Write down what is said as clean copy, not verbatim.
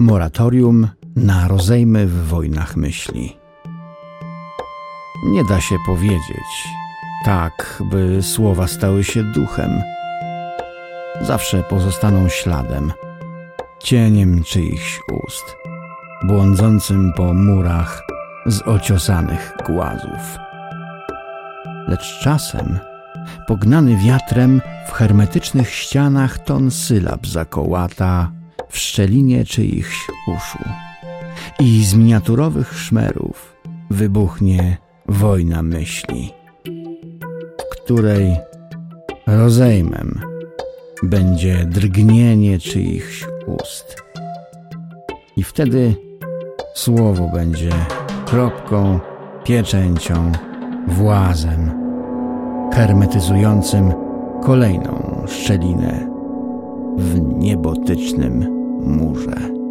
Moratorium na rozejmy w wojnach myśli. Nie da się powiedzieć tak, by słowa stały się duchem. Zawsze pozostaną śladem, cieniem czyichś ust, błądzącym po murach z ociosanych głazów. Lecz czasem, pognany wiatrem, w hermetycznych ścianach ton sylab zakołata w szczelinie czyichś uszu i z miniaturowych szmerów wybuchnie wojna myśli, w której rozejmem będzie drgnienie czyichś ust. I wtedy słowo będzie kropką, pieczęcią, włazem hermetyzującym kolejną szczelinę w niebotycznym murze.